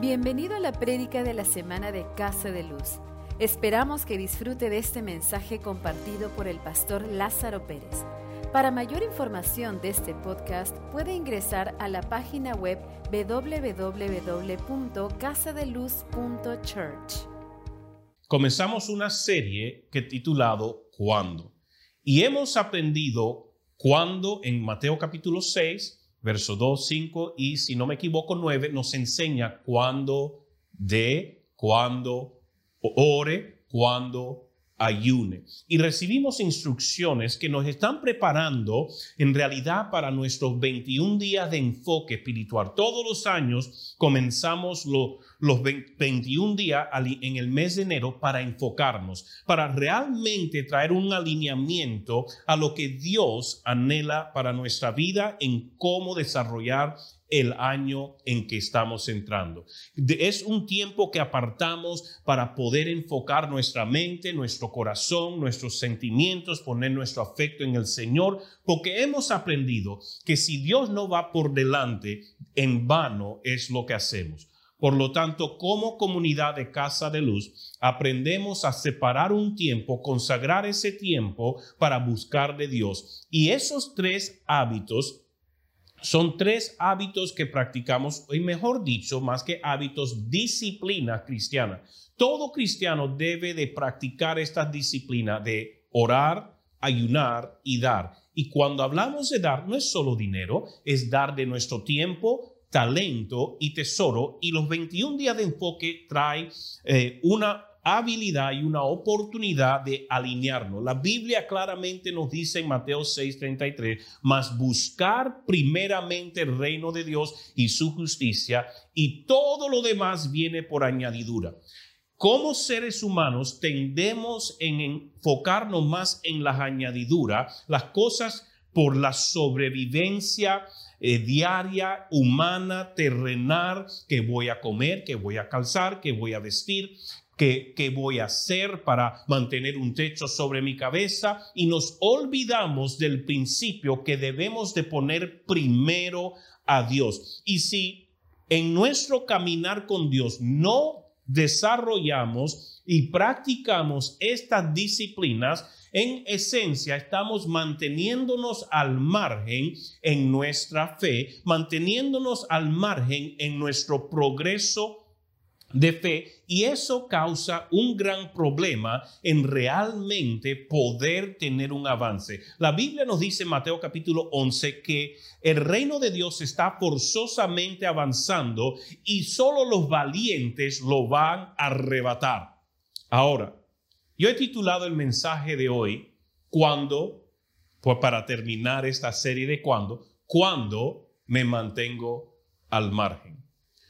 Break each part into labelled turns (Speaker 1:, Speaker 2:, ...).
Speaker 1: Bienvenido a la prédica de la semana de Casa de Luz. Esperamos que disfrute de este mensaje compartido por el pastor Lázaro Pérez. Para mayor información de este podcast, puede ingresar a la página web www.casadeluz.church.
Speaker 2: Comenzamos una serie que he titulado ¿Cuándo? Y hemos aprendido cuándo en Mateo capítulo 6, verso 2, 5 y, si no me equivoco, 9, nos enseña cuándo ore, cuándo ayune. Y recibimos instrucciones que nos están preparando en realidad para nuestros 21 días de enfoque espiritual. Todos los años comenzamos los 21 días en el mes de enero para enfocarnos, para realmente traer un alineamiento a lo que Dios anhela para nuestra vida en cómo desarrollar el año en que estamos entrando. Es un tiempo que apartamos para poder enfocar nuestra mente, nuestro corazón, nuestros sentimientos, poner nuestro afecto en el Señor, porque hemos aprendido que si Dios no va por delante, en vano es lo que hacemos. Por lo tanto, como comunidad de Casa de Luz, aprendemos a separar un tiempo, consagrar ese tiempo para buscar de Dios. Y esos tres hábitos son tres hábitos que practicamos, y mejor dicho, más que hábitos, disciplina cristiana. Todo cristiano debe de practicar esta disciplina de orar, ayunar y dar. Y cuando hablamos de dar, no es solo dinero, es dar de nuestro tiempo, talento y tesoro. Y los 21 días de enfoque trae una habilidad y una oportunidad de alinearnos. La Biblia claramente nos dice en Mateo 6:33, mas buscar primeramente el reino de Dios y su justicia, y todo lo demás viene por añadidura. Como seres humanos tendemos en enfocarnos más en las añadiduras, las cosas por la sobrevivencia diaria, humana, terrenal, que voy a comer, que voy a calzar, que voy a vestir, ¿Qué voy a hacer para mantener un techo sobre mi cabeza? Y nos olvidamos del principio que debemos de poner primero a Dios. Y si en nuestro caminar con Dios no desarrollamos y practicamos estas disciplinas, en esencia estamos manteniéndonos al margen en nuestra fe, manteniéndonos al margen en nuestro progreso de fe, y eso causa un gran problema en realmente poder tener un avance. La Biblia nos dice en Mateo capítulo 11 que el reino de Dios está forzosamente avanzando y solo los valientes lo van a arrebatar. Ahora, yo he titulado el mensaje de hoy, ¿cuándo? Pues para terminar esta serie de ¿cuándo me mantengo al margen?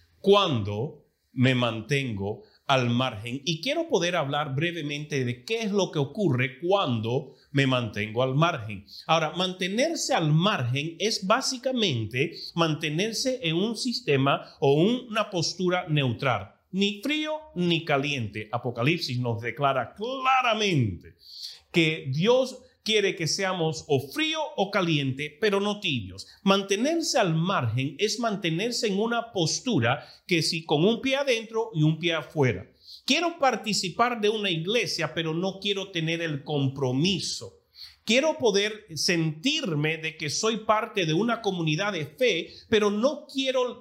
Speaker 2: ¿Cuándo me mantengo al margen? Y quiero poder hablar brevemente de qué es lo que ocurre cuando me mantengo al margen. Ahora, mantenerse al margen es básicamente mantenerse en un sistema o una postura neutral, ni frío ni caliente. Apocalipsis nos declara claramente que Dios quiere que seamos o frío o caliente, pero no tibios. Mantenerse al margen es mantenerse en una postura que si con un pie adentro y un pie afuera. Quiero participar de una iglesia, pero no quiero tener el compromiso. Quiero poder sentirme de que soy parte de una comunidad de fe, pero no quiero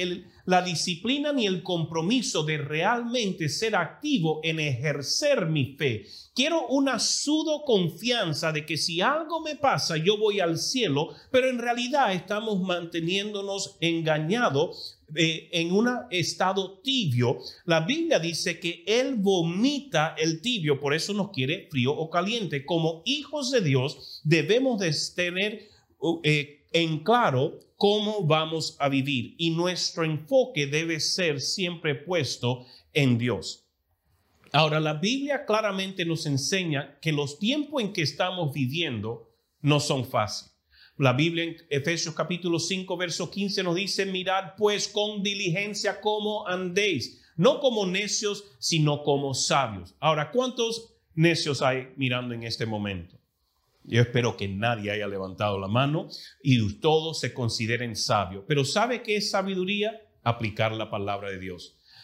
Speaker 2: la disciplina ni el compromiso de realmente ser activo en ejercer mi fe. Quiero una pseudo confianza de que si algo me pasa, yo voy al cielo, pero en realidad estamos manteniéndonos engañados en un estado tibio. La Biblia dice que Él vomita el tibio, por eso nos quiere frío o caliente. Como hijos de Dios debemos de tener en claro cómo vamos a vivir, y nuestro enfoque debe ser siempre puesto en Dios. Ahora, la Biblia claramente nos enseña que los tiempos en que estamos viviendo no son fáciles. La Biblia en Efesios capítulo 5, verso 15 nos dice, mirad pues con diligencia cómo andéis, no como necios, sino como sabios. Ahora, ¿cuántos necios hay mirando en este momento? Yo espero que nadie haya levantado la mano y todos se consideren sabios. Pero ¿sabe qué es sabiduría? Aplicar la palabra de Dios.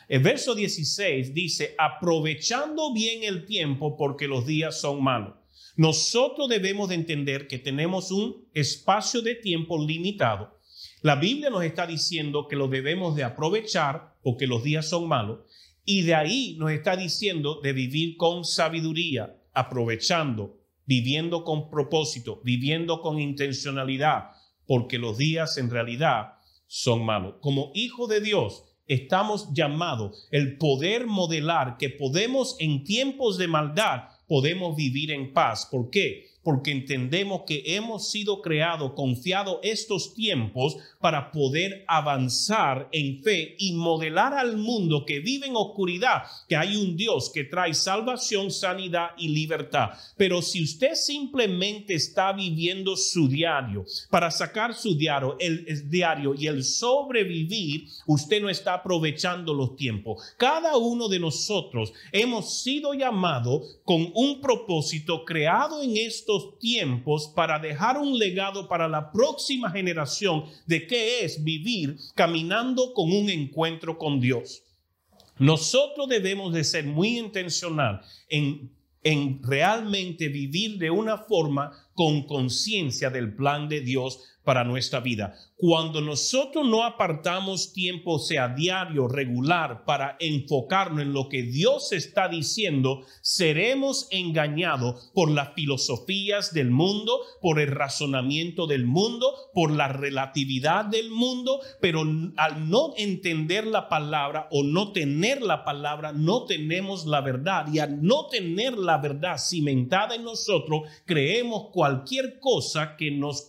Speaker 2: El verso 16 dice, aprovechando bien el tiempo porque los días son malos. Nosotros debemos de entender que tenemos un espacio de tiempo limitado. La Biblia nos está diciendo que lo debemos de aprovechar porque los días son malos. Y de ahí nos está diciendo de vivir con sabiduría, aprovechando, viviendo con propósito, viviendo con intencionalidad, porque los días en realidad son malos. Como hijo de Dios, estamos llamados el poder modelar que podemos en tiempos de maldad, podemos vivir en paz. ¿Por qué? Porque entendemos que hemos sido creados, confiados estos tiempos para poder avanzar en fe y modelar al mundo que vive en oscuridad, que hay un Dios que trae salvación, sanidad y libertad. Pero si usted simplemente está viviendo su diario, para sacar su diario, el diario y el sobrevivir, usted no está aprovechando los tiempos. Cada uno de nosotros hemos sido llamados con un propósito creado en estos tiempos para dejar un legado para la próxima generación de qué es vivir caminando con un encuentro con Dios. Nosotros debemos de ser muy intencional en realmente vivir de una forma con conciencia del plan de Dios para nuestra vida. Cuando nosotros no apartamos tiempo, sea diario, regular, para enfocarnos en lo que Dios está diciendo, seremos engañados por las filosofías del mundo, por el razonamiento del mundo, por la relatividad del mundo, pero al no entender la palabra o no tener la palabra, no tenemos la verdad. Y al no tener la verdad cimentada en nosotros, creemos cualquier cosa que nos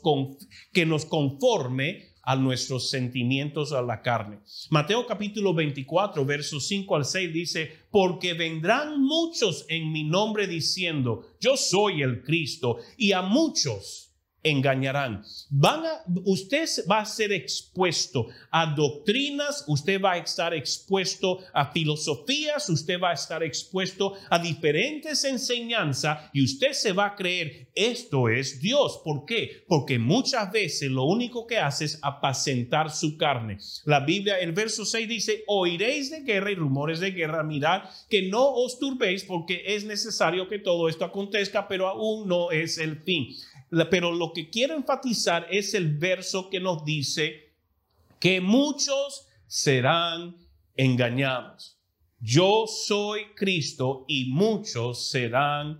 Speaker 2: conforme a nuestros sentimientos, a la carne. Mateo capítulo 24, versos 5 al 6 dice, porque vendrán muchos en mi nombre diciendo, yo soy el Cristo, y a muchos engañarán. Usted va a ser expuesto a doctrinas, usted va a estar expuesto a filosofías, usted va a estar expuesto a diferentes enseñanzas y usted se va a creer, esto es Dios. ¿Por qué? Porque muchas veces lo único que hace es apacentar su carne. La Biblia, el verso 6 dice, oiréis de guerra y rumores de guerra, mirad que no os turbéis porque es necesario que todo esto acontezca, pero aún no es el fin. Pero lo que quiero enfatizar es el verso que nos dice que muchos serán engañados. Yo soy Cristo y muchos serán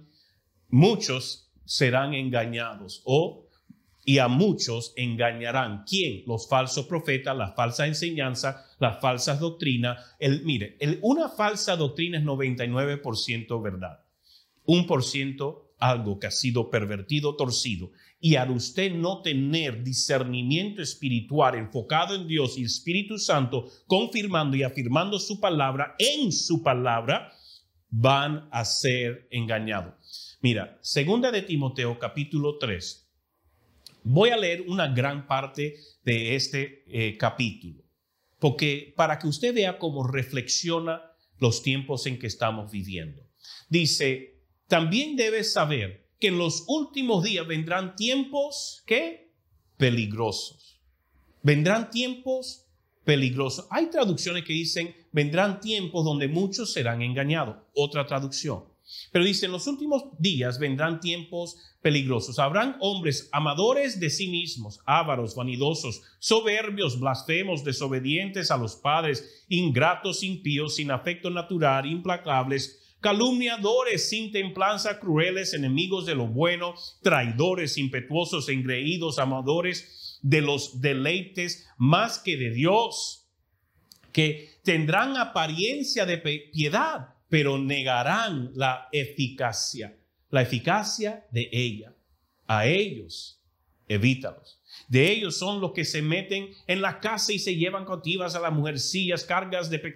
Speaker 2: engañados y a muchos engañarán. ¿Quién? Los falsos profetas, las falsas enseñanzas, las falsas doctrinas. Una falsa doctrina es 99% verdad. 1% algo que ha sido pervertido, torcido. Y al usted no tener discernimiento espiritual enfocado en Dios y Espíritu Santo confirmando y afirmando su palabra, en su palabra van a ser engañados. Mira, segunda de Timoteo capítulo 3. Voy a leer una gran parte de este capítulo, porque para que usted vea cómo reflexiona los tiempos en que estamos viviendo. Dice, también debes saber que en los últimos días vendrán tiempos, ¿qué? Peligrosos. Vendrán tiempos peligrosos. Hay traducciones que dicen, vendrán tiempos donde muchos serán engañados. Otra traducción. Pero dice, en los últimos días vendrán tiempos peligrosos. Habrán hombres amadores de sí mismos, ávaros, vanidosos, soberbios, blasfemos, desobedientes a los padres, ingratos, impíos, sin afecto natural, implacables, calumniadores, sin templanza, crueles, enemigos de lo bueno, traidores, impetuosos, engreídos, amadores de los deleites más que de Dios, que tendrán apariencia de piedad, pero negarán la eficacia de ella. A ellos, evítalos. De ellos son los que se meten en la casa y se llevan cautivas a las mujercillas, cargadas de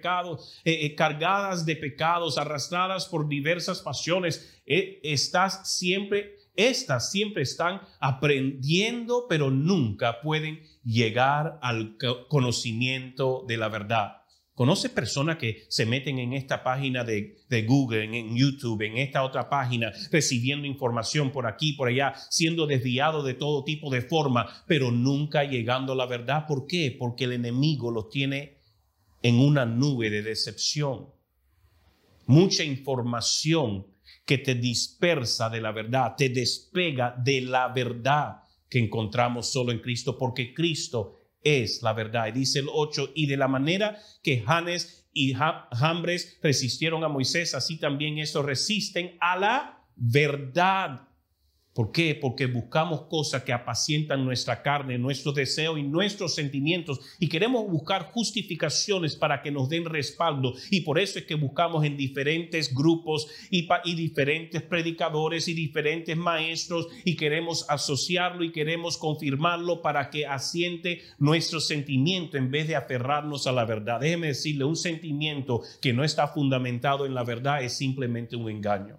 Speaker 2: pecados, arrastradas por diversas pasiones. Estas siempre están aprendiendo, pero nunca pueden llegar al conocimiento de la verdad. ¿Conoce personas que se meten en esta página de Google, en YouTube, en esta otra página, recibiendo información por aquí, por allá, siendo desviados de todo tipo de forma, pero nunca llegando a la verdad? ¿Por qué? Porque el enemigo los tiene en una nube de decepción. Mucha información que te dispersa de la verdad, te despega de la verdad que encontramos solo en Cristo, porque Cristo es la verdad. Y dice el 8, y de la manera que Janes y Jambres resistieron a Moisés, así también estos resisten a la verdad. ¿Por qué? Porque buscamos cosas que apacientan nuestra carne, nuestros deseos y nuestros sentimientos, y queremos buscar justificaciones para que nos den respaldo, y por eso es que buscamos en diferentes grupos y diferentes predicadores y diferentes maestros, y queremos asociarlo y queremos confirmarlo para que asiente nuestro sentimiento en vez de aferrarnos a la verdad. Déjeme decirle, un sentimiento que no está fundamentado en la verdad es simplemente un engaño.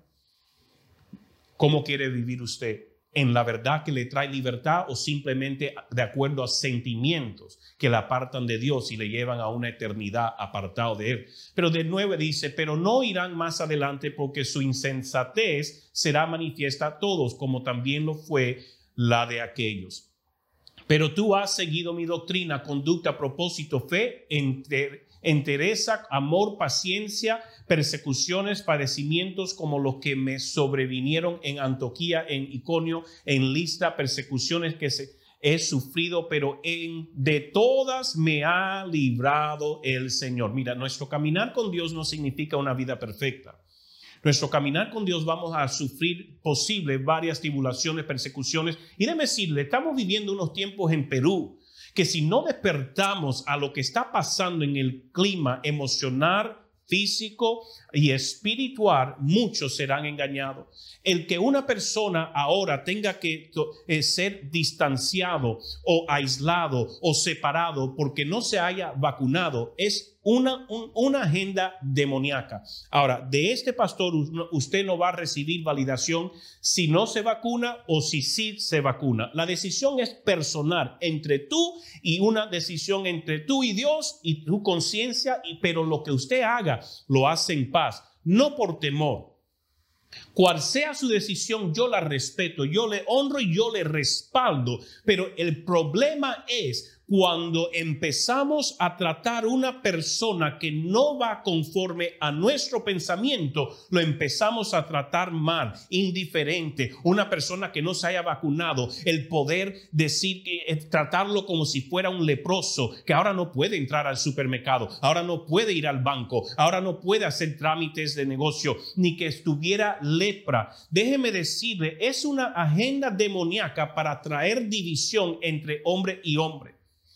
Speaker 2: ¿Cómo quiere vivir usted? ¿En la verdad que le trae libertad o simplemente de acuerdo a sentimientos que le apartan de Dios y le llevan a una eternidad apartado de Él? Pero de nuevo dice, pero no irán más adelante porque su insensatez será manifiesta a todos, como también lo fue la de aquellos. Pero tú has seguido mi doctrina, conducta, propósito, fe, entereza, amor, paciencia, persecuciones, padecimientos como los que me sobrevinieron en Antioquía, en Iconio, en Listra, persecuciones que he sufrido, pero de todas me ha librado el Señor. Mira, nuestro caminar con Dios no significa una vida perfecta. Nuestro caminar con Dios vamos a sufrir posibles varias tribulaciones, persecuciones. Y déjeme decirle, estamos viviendo unos tiempos en Perú que si no despertamos a lo que está pasando en el clima emocional, físico y espiritual, muchos serán engañados. El que una persona ahora tenga que ser distanciado o aislado o separado porque no se haya vacunado es una agenda demoníaca. Ahora, de este pastor usted no va a recibir validación si no se vacuna o si sí se vacuna. La decisión es personal entre tú y una decisión entre tú y Dios y tu conciencia, pero lo que usted haga lo hace en paz, no por temor. Cual sea su decisión, yo la respeto, yo le honro y yo le respaldo, pero el problema es cuando empezamos a tratar una persona que no va conforme a nuestro pensamiento, lo empezamos a tratar mal, indiferente, una persona que no se haya vacunado, el poder decir tratarlo como si fuera un leproso, que ahora no puede entrar al supermercado, ahora no puede ir al banco, ahora no puede hacer trámites de negocio, ni que estuviera lepra. Déjeme decirle, es una agenda demoníaca para traer división entre hombre y hombre.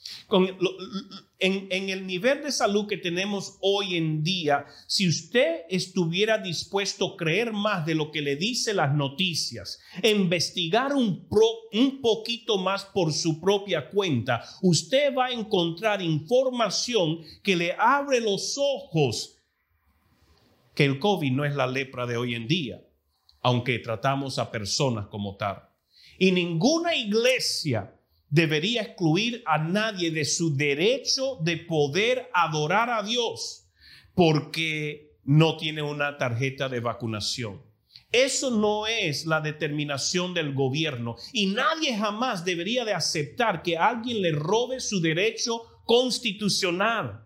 Speaker 2: En el nivel de salud que tenemos hoy en día, si usted estuviera dispuesto a creer más de lo que le dice las noticias, investigar un poquito más por su propia cuenta, usted va a encontrar información que le abre los ojos que el COVID no es la lepra de hoy en día, aunque tratamos a personas como tal. Y ninguna iglesia debería excluir a nadie de su derecho de poder adorar a Dios porque no tiene una tarjeta de vacunación. Eso no es la determinación del gobierno y nadie jamás debería de aceptar que alguien le robe su derecho constitucional.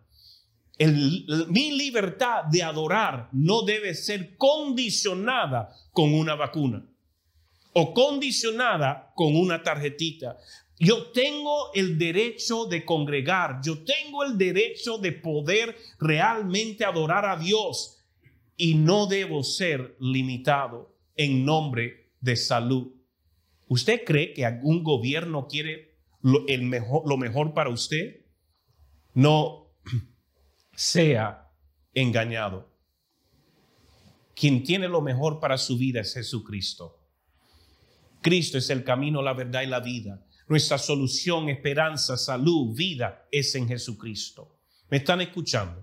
Speaker 2: Mi libertad de adorar no debe ser condicionada con una vacuna o condicionada con una tarjetita. Yo tengo el derecho de congregar, yo tengo el derecho de poder realmente adorar a Dios y no debo ser limitado en nombre de salud. ¿Usted cree que algún gobierno quiere lo mejor para usted? No sea engañado. Quien tiene lo mejor para su vida es Jesucristo. Cristo es el camino, la verdad y la vida. Nuestra solución, esperanza, salud, vida es en Jesucristo. ¿Me están escuchando?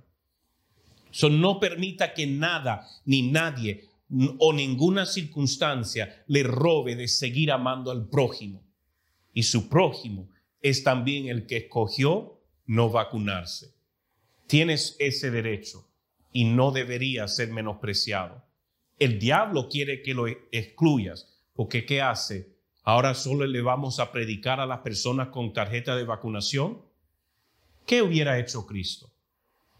Speaker 2: No permita que nada ni nadie o ninguna circunstancia le robe de seguir amando al prójimo. Y su prójimo es también el que escogió no vacunarse. Tienes ese derecho y no debería ser menospreciado. El diablo quiere que lo excluyas, porque ¿qué hace? Ahora solo le vamos a predicar a las personas con tarjeta de vacunación. ¿Qué hubiera hecho Cristo?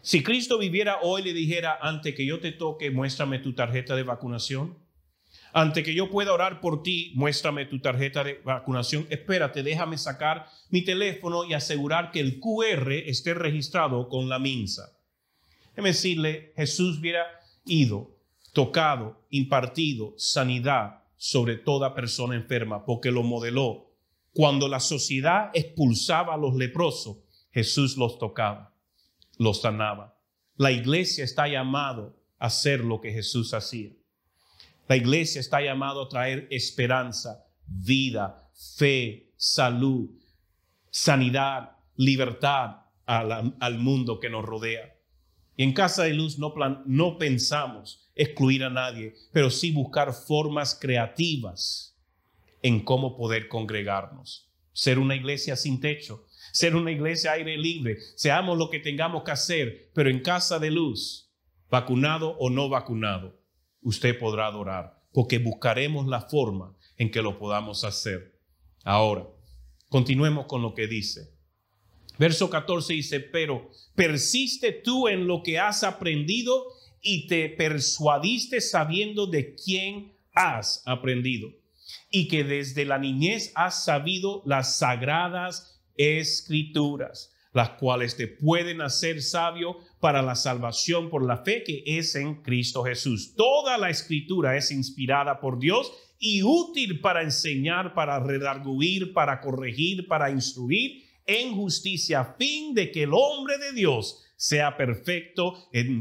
Speaker 2: Si Cristo viviera hoy, le dijera, antes que yo te toque, muéstrame tu tarjeta de vacunación. Antes que yo pueda orar por ti, muéstrame tu tarjeta de vacunación. Espérate, déjame sacar mi teléfono y asegurar que el QR esté registrado con la MINSA. Déjeme decirle, Jesús hubiera ido, tocado, impartido sanidad sobre toda persona enferma, porque lo modeló. Cuando la sociedad expulsaba a los leprosos, Jesús los tocaba, los sanaba. La iglesia está llamado a hacer lo que Jesús hacía. La iglesia está llamado a traer esperanza, vida, fe, salud, sanidad, libertad al mundo que nos rodea. Y en Casa de Luz no pensamos excluir a nadie, pero sí buscar formas creativas en cómo poder congregarnos. Ser una iglesia sin techo, ser una iglesia aire libre. Seamos lo que tengamos que hacer, pero en Casa de Luz, vacunado o no vacunado, usted podrá adorar, porque buscaremos la forma en que lo podamos hacer. Ahora, continuemos con lo que dice. Verso 14 dice, pero persiste tú en lo que has aprendido y te persuadiste sabiendo de quién has aprendido y que desde la niñez has sabido las sagradas escrituras, las cuales te pueden hacer sabio para la salvación por la fe que es en Cristo Jesús. Toda la escritura es inspirada por Dios y útil para enseñar, para redarguir, para corregir, para instruir en justicia, a fin de que el hombre de Dios sea perfecto,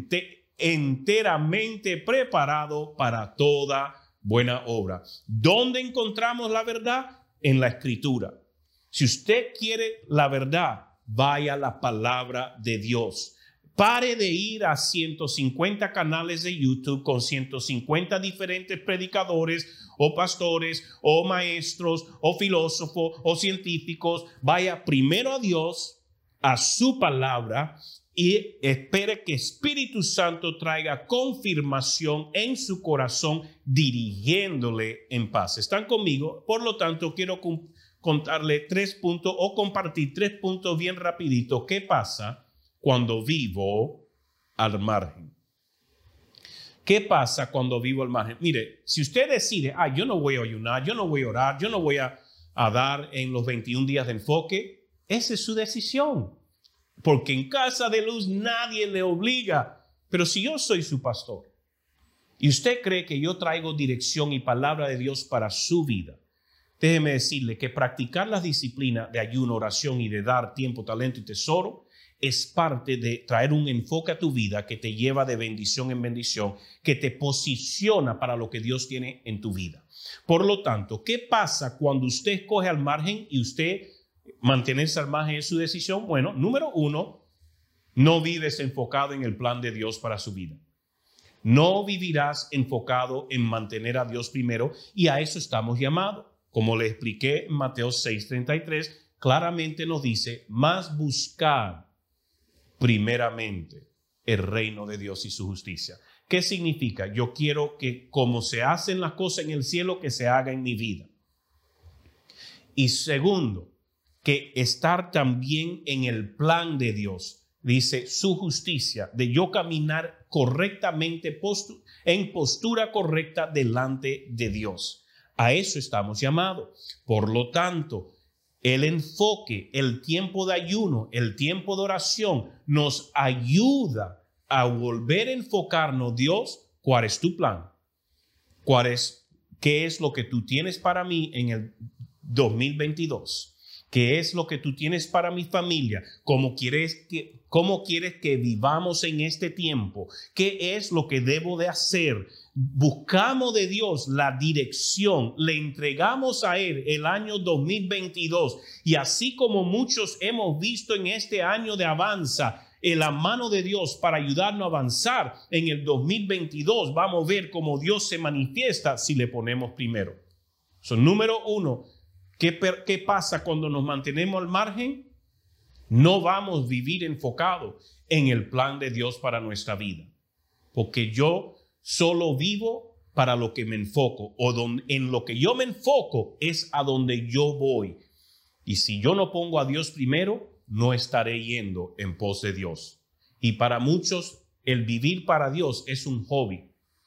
Speaker 2: enteramente preparado para toda buena obra. ¿Dónde encontramos la verdad? En la escritura. Si usted quiere la verdad, vaya a la palabra de Dios. Pare de ir a 150 canales de YouTube con 150 diferentes predicadores o pastores o maestros o filósofos o científicos. Vaya primero a Dios, a su palabra, y espere que Espíritu Santo traiga confirmación en su corazón, dirigiéndole en paz. ¿Están conmigo? Por lo tanto, quiero contarle 3 puntos o compartir 3 puntos bien rapidito. ¿Qué pasa cuando vivo al margen? ¿Qué pasa cuando vivo al margen? Mire, si usted decide, yo no voy a ayunar, yo no voy a orar, yo no voy a dar en los 21 días de enfoque, esa es su decisión. Porque en Casa de Luz nadie le obliga. Pero si yo soy su pastor y usted cree que yo traigo dirección y palabra de Dios para su vida, déjeme decirle que practicar las disciplinas de ayuno, oración y de dar tiempo, talento y tesoro es parte de traer un enfoque a tu vida que te lleva de bendición en bendición, que te posiciona para lo que Dios tiene en tu vida. Por lo tanto, ¿qué pasa cuando usted escoge al margen y usted mantenerse al margen es su decisión? Bueno, número 1, no vives enfocado en el plan de Dios para su vida. No vivirás enfocado en mantener a Dios primero, y a eso estamos llamados. Como le expliqué en Mateo 6:33, claramente nos dice, más buscar primeramente el reino de Dios y su justicia. ¿Qué significa? Yo quiero que como se hacen las cosas en el cielo, que se haga en mi vida. Y segundo, que estar también en el plan de Dios. Dice su justicia, de yo caminar correctamente, en postura correcta delante de Dios. A eso estamos llamados. Por lo tanto, el enfoque, el tiempo de ayuno, el tiempo de oración nos ayuda a volver a enfocarnos. Dios, ¿cuál es tu plan? ¿Qué es lo que tú tienes para mí en el 2022? ¿Qué es lo que tú tienes para mi familia? ¿Cómo quieres que vivamos en este tiempo? ¿Qué es lo que debo de hacer? Buscamos de Dios la dirección, le entregamos a Él el año 2022, y así como muchos hemos visto en este año de avanza, en la mano de Dios para ayudarnos a avanzar en el 2022, vamos a ver cómo Dios se manifiesta si le ponemos primero. Número 1, ¿qué pasa cuando nos mantenemos al margen? No vamos a vivir enfocados en el plan de Dios para nuestra vida, porque yo solo vivo para lo que me enfoco, en lo que yo me enfoco es a donde yo voy. Y si yo no pongo a Dios primero, no estaré yendo en pos de Dios. Y para muchos, el vivir para Dios es un hobby.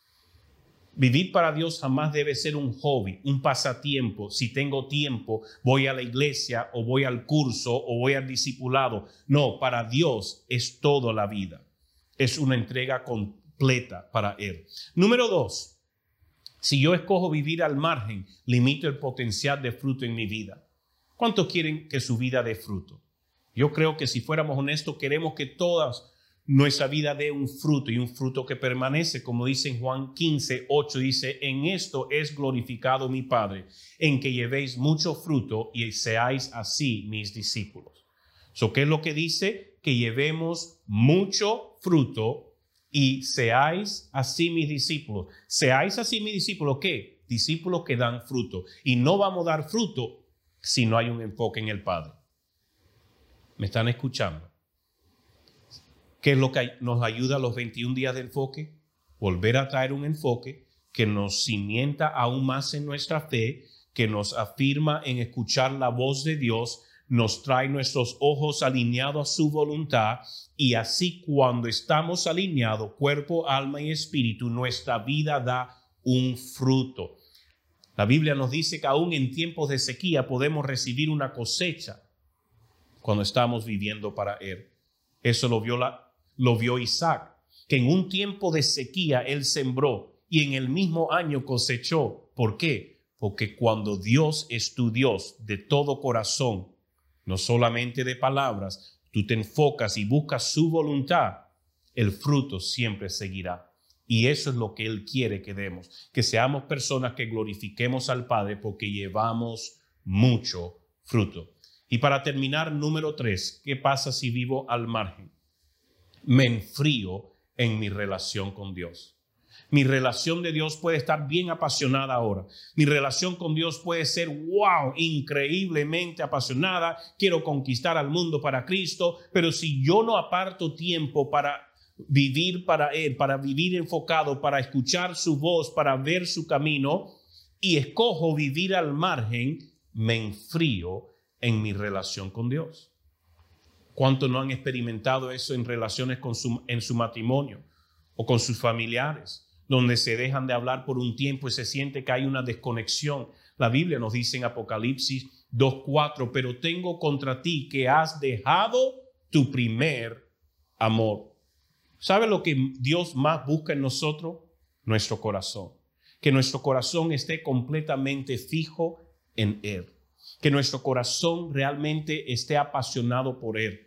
Speaker 2: Vivir para Dios jamás debe ser un hobby, un pasatiempo. Si tengo tiempo, voy a la iglesia o voy al curso o voy al discipulado. No, para Dios es toda la vida. Es una entrega completa para Él. Número 2, si yo escojo vivir al margen, limito el potencial de fruto en mi vida. ¿Cuántos quieren que su vida dé fruto? Yo creo que si fuéramos honestos, queremos que todas nuestra vida dé un fruto y un fruto que permanece, como dice en Juan 15:8, dice, en esto es glorificado mi Padre, en que llevéis mucho fruto y seáis así mis discípulos. ¿Qué es lo que dice? Que llevemos mucho fruto y seáis así mis discípulos. Seáis así mis discípulos, ¿qué? Discípulos que dan fruto. Y no vamos a dar fruto si no hay un enfoque en el Padre. ¿Me están escuchando? ¿Qué es lo que nos ayuda a los 21 días de enfoque? Volver a traer un enfoque que nos cimienta aún más en nuestra fe, que nos afirma en escuchar la voz de Dios, nos trae nuestros ojos alineados a su voluntad, y así cuando estamos alineados, cuerpo, alma y espíritu, nuestra vida da un fruto. La Biblia nos dice que aún en tiempos de sequía podemos recibir una cosecha cuando estamos viviendo para Él. Eso lo vio Isaac, que en un tiempo de sequía él sembró y en el mismo año cosechó. ¿Por qué? Porque cuando Dios es tu Dios de todo corazón, no solamente de palabras, tú te enfocas y buscas su voluntad, el fruto siempre seguirá. Y eso es lo que Él quiere que demos, que seamos personas que glorifiquemos al Padre porque llevamos mucho fruto. Y para terminar, número 3, ¿qué pasa si vivo al margen? Me enfrío en mi relación con Dios. Mi relación de Dios puede estar bien apasionada ahora. Mi relación con Dios puede ser, wow, increíblemente apasionada. Quiero conquistar al mundo para Cristo. Pero si yo no aparto tiempo para vivir para Él, para vivir enfocado, para escuchar su voz, para ver su camino, y escojo vivir al margen, me enfrío en mi relación con Dios. ¿Cuántos no han experimentado eso en relaciones en su matrimonio o con sus familiares, donde se dejan de hablar por un tiempo y se siente que hay una desconexión? La Biblia nos dice en Apocalipsis 2:4, pero tengo contra ti que has dejado tu primer amor. ¿Sabe lo que Dios más busca en nosotros? Nuestro corazón. Que nuestro corazón esté completamente fijo en Él. Que nuestro corazón realmente esté apasionado por Él.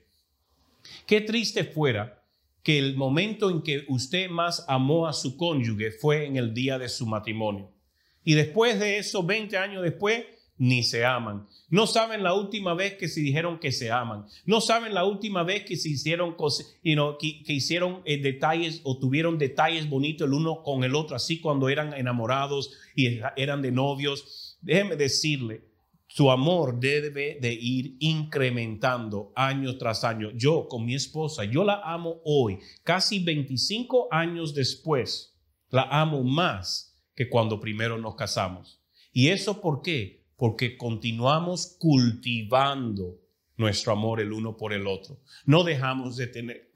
Speaker 2: Qué triste fuera que el momento en que usted más amó a su cónyuge fue en el día de su matrimonio. Y después de eso, 20 años después, ni se aman. No saben la última vez que se dijeron que se aman. No saben la última vez que se hicieron cosas, que hicieron detalles o tuvieron detalles bonitos el uno con el otro, así cuando eran enamorados y eran de novios. Déjeme decirle, su amor debe de ir incrementando año tras año. Yo con mi esposa, yo la amo hoy, casi 25 años después, la amo más que cuando primero nos casamos. ¿Y eso por qué? Porque continuamos cultivando nuestro amor el uno por el otro. No dejamos de tener,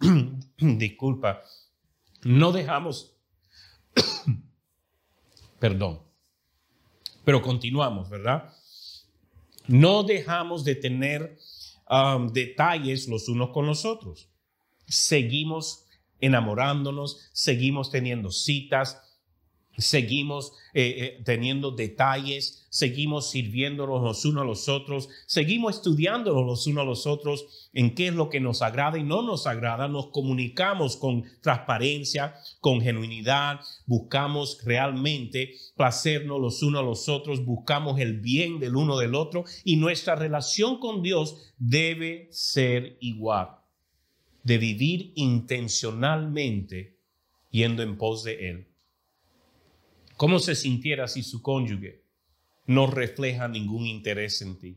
Speaker 2: no dejamos, perdón, pero continuamos, ¿verdad? No dejamos de tener detalles los unos con los otros. Seguimos enamorándonos, seguimos teniendo citas, seguimos teniendo detalles, seguimos sirviéndonos los unos a los otros, seguimos estudiándonos los unos a los otros en qué es lo que nos agrada y no nos agrada. Nos comunicamos con transparencia, con genuinidad, buscamos realmente placernos los unos a los otros, buscamos el bien del uno del otro, y nuestra relación con Dios debe ser igual, de vivir intencionalmente yendo en pos de Él. ¿Cómo se sintiera si su cónyuge no refleja ningún interés en ti?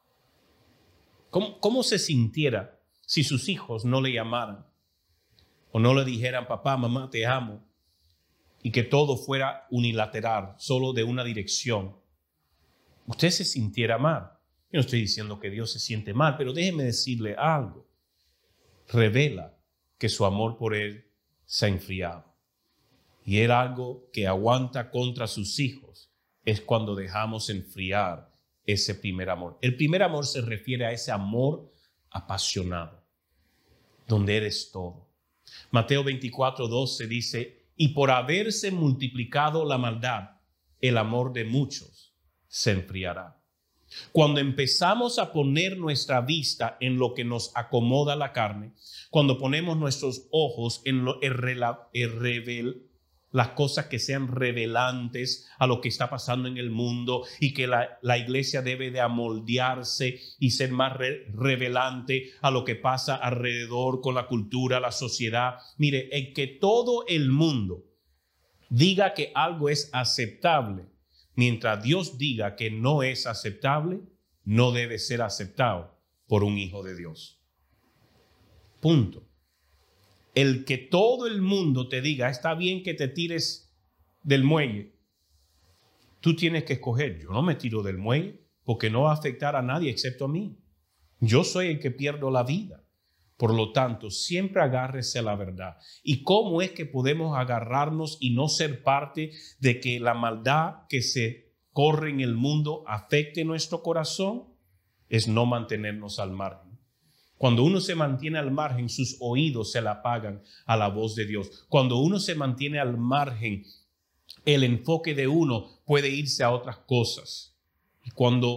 Speaker 2: ¿Cómo se sintiera si sus hijos no le llamaran o no le dijeran, papá, mamá, te amo, y que todo fuera unilateral, solo de una dirección? Usted se sintiera mal. Yo no estoy diciendo que Dios se siente mal, pero déjeme decirle algo. Revela que su amor por él se ha enfriado. Y era algo que aguanta contra sus hijos, es cuando dejamos enfriar ese primer amor. El primer amor se refiere a ese amor apasionado, donde eres todo. Mateo 24:12 dice, y por haberse multiplicado la maldad, el amor de muchos se enfriará. Cuando empezamos a poner nuestra vista en lo que nos acomoda la carne, cuando ponemos nuestros ojos en las cosas que sean revelantes a lo que está pasando en el mundo y que la iglesia debe de amoldearse y ser más revelante a lo que pasa alrededor con la cultura, la sociedad. Mire, en que todo el mundo diga que algo es aceptable, mientras Dios diga que no es aceptable, no debe ser aceptado por un hijo de Dios. Punto. El que todo el mundo te diga, está bien que te tires del muelle, tú tienes que escoger. Yo no me tiro del muelle porque no va a afectar a nadie excepto a mí. Yo soy el que pierdo la vida. Por lo tanto, siempre agárrese a la verdad. ¿Y cómo es que podemos agarrarnos y no ser parte de que la maldad que se corre en el mundo afecte nuestro corazón? Es no mantenernos al margen. Cuando uno se mantiene al margen, sus oídos se le apagan a la voz de Dios. Cuando uno se mantiene al margen, el enfoque de uno puede irse a otras cosas. Y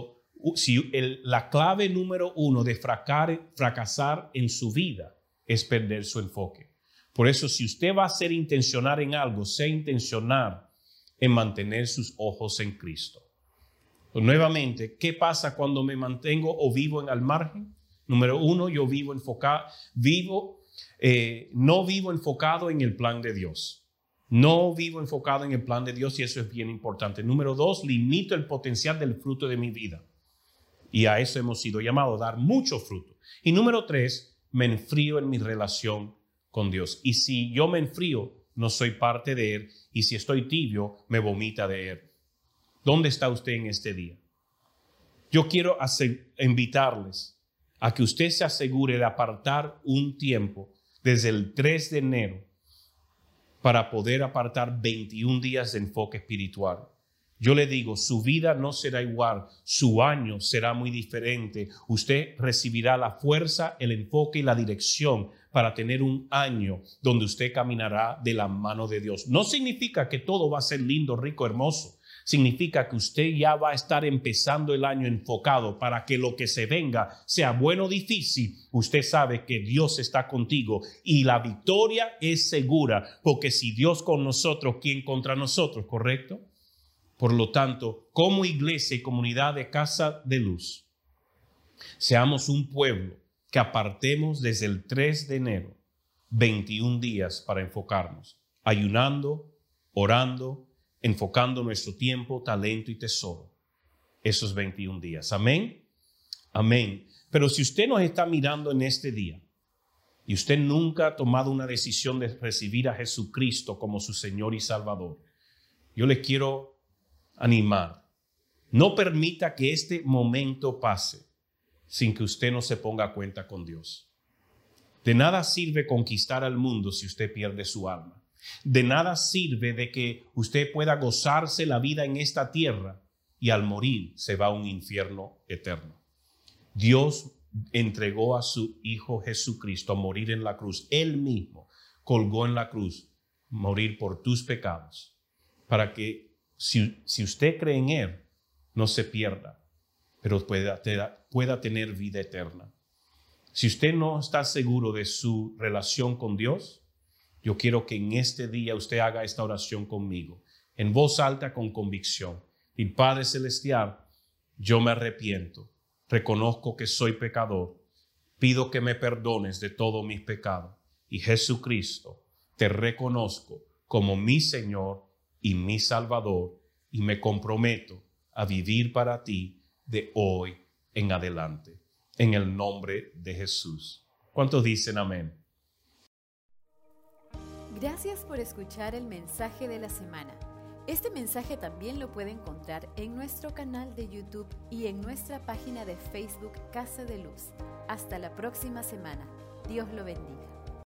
Speaker 2: la clave número uno de fracasar en su vida es perder su enfoque. Por eso, si usted va a ser intencional en algo, sea intencional en mantener sus ojos en Cristo. Nuevamente, ¿qué pasa cuando me mantengo o vivo al margen? Número uno, yo no vivo enfocado en el plan de Dios. No vivo enfocado en el plan de Dios y eso es bien importante. Número dos, limito el potencial del fruto de mi vida. Y a eso hemos sido llamados, a dar mucho fruto. Y número tres, me enfrío en mi relación con Dios. Y si yo me enfrío, no soy parte de Él. Y si estoy tibio, me vomita de Él. ¿Dónde está usted en este día? Yo quiero invitarles a que usted se asegure de apartar un tiempo desde el 3 de enero para poder apartar 21 días de enfoque espiritual. Yo le digo, su vida no será igual, su año será muy diferente. Usted recibirá la fuerza, el enfoque y la dirección para tener un año donde usted caminará de la mano de Dios. No significa que todo va a ser lindo, rico, hermoso. Significa que usted ya va a estar empezando el año enfocado para que lo que se venga, sea bueno o difícil, usted sabe que Dios está contigo y la victoria es segura, porque si Dios con nosotros, ¿quién contra nosotros? ¿Correcto? Por lo tanto, como iglesia y comunidad de Casa de Luz, seamos un pueblo que apartemos desde el 3 de enero 21 días para enfocarnos, ayunando, orando, enfocando nuestro tiempo, talento y tesoro. Esos 21 días. Amén. Amén. Pero si usted nos está mirando en este día y usted nunca ha tomado una decisión de recibir a Jesucristo como su Señor y Salvador, yo le quiero animar. No permita que este momento pase sin que usted no se ponga a cuenta con Dios. De nada sirve conquistar al mundo si usted pierde su alma. De nada sirve de que usted pueda gozarse la vida en esta tierra y al morir se va a un infierno eterno. Dios entregó a su Hijo Jesucristo a morir en la cruz. Él mismo colgó en la cruz, morir por tus pecados, para que si usted cree en Él, no se pierda, pero pueda tener vida eterna. Si usted no está seguro de su relación con Dios, yo quiero que en este día usted haga esta oración conmigo, en voz alta con convicción. Y Padre Celestial, yo me arrepiento, reconozco que soy pecador, pido que me perdones de todos mis pecados. Y Jesucristo, te reconozco como mi Señor y mi Salvador, y me comprometo a vivir para ti de hoy en adelante, en el nombre de Jesús. ¿Cuántos dicen amén?
Speaker 1: Gracias por escuchar el mensaje de la semana. Este mensaje también lo puede encontrar en nuestro canal de YouTube y en nuestra página de Facebook Casa de Luz. Hasta la próxima semana. Dios lo bendiga.